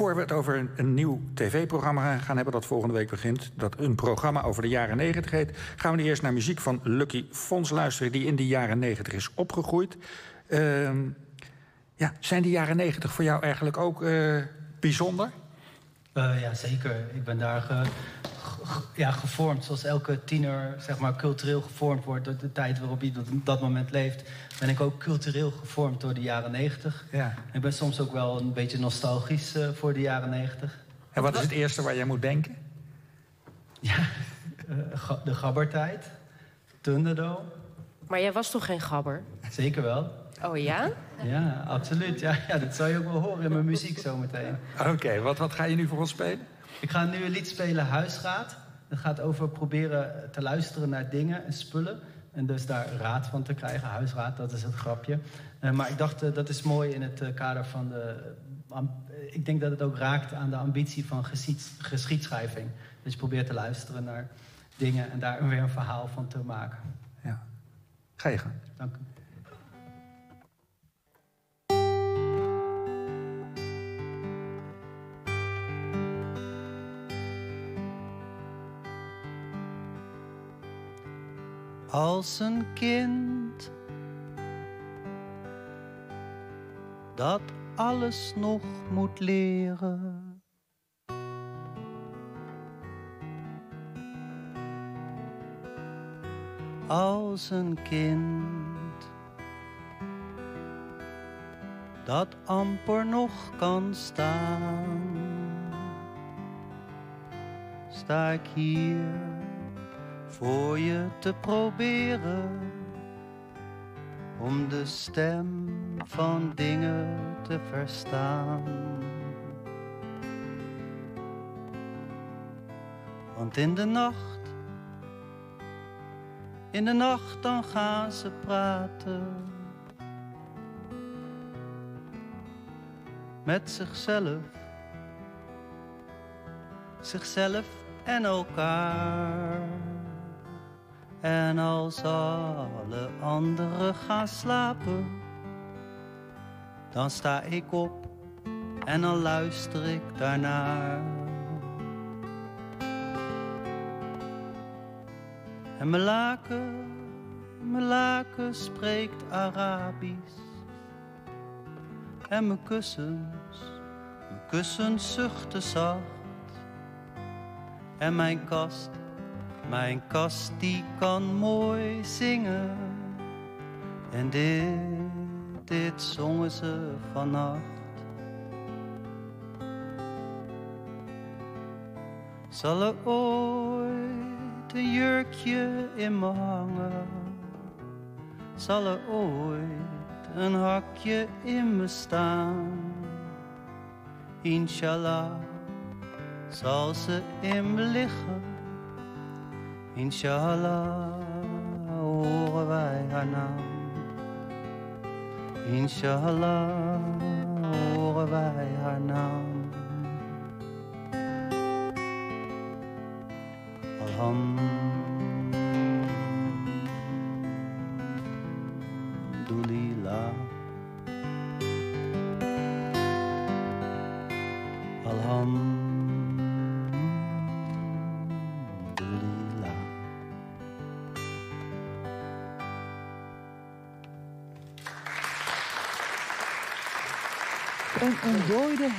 voor we het over een nieuw tv-programma gaan hebben dat volgende week begint, dat een programma over de jaren 90 heet, gaan we eerst naar muziek van Lucky Fons luisteren, die in de jaren 90 is opgegroeid. Zijn die jaren 90 voor jou eigenlijk ook bijzonder? Ja, zeker. Ik ben daar gevormd. Zoals elke tiener, zeg maar, cultureel gevormd wordt door de tijd waarop hij op dat moment leeft, ben ik ook cultureel gevormd door de jaren 90. Ja. Ik ben soms ook wel een beetje nostalgisch voor de jaren 90. En wat is het eerste waar jij moet denken? Ja, de gabbertijd. Thunderdome. Maar jij was toch geen gabber? Zeker wel. Oh ja? Ja, absoluut. Ja, dat zou je ook wel horen in mijn muziek zometeen. Oké, wat ga je nu voor ons spelen? Ik ga nu een lied spelen, Huisraad. Dat gaat over proberen te luisteren naar dingen en spullen. En dus daar raad van te krijgen, huisraad, dat is het grapje. Maar ik dacht, dat is mooi in het kader van de... ik denk dat het ook raakt aan de ambitie van geschiedschrijving. Dus je probeert te luisteren naar dingen en daar weer een verhaal van te maken. Ja. Ga je gang. Dank u. Als een kind dat alles nog moet leren. Als een kind dat amper nog kan staan. Sta ik hier voor je te proberen om de stem van dingen te verstaan. Want in de nacht dan gaan ze praten met zichzelf en elkaar. En als alle anderen gaan slapen, dan sta ik op en dan luister ik daarnaar. En mijn laken spreekt Arabisch. En mijn kussens zuchten zacht. En mijn kast die kan mooi zingen. En dit zongen ze vannacht. Zal er ooit een jurkje in me hangen? Zal er ooit een hakje in me staan? Inshallah zal ze in me liggen. Inshallah horen wij haar naam. Inshallah horen wij haar naam. Alhamdulillah. Alhamdulillah. Een ontdooide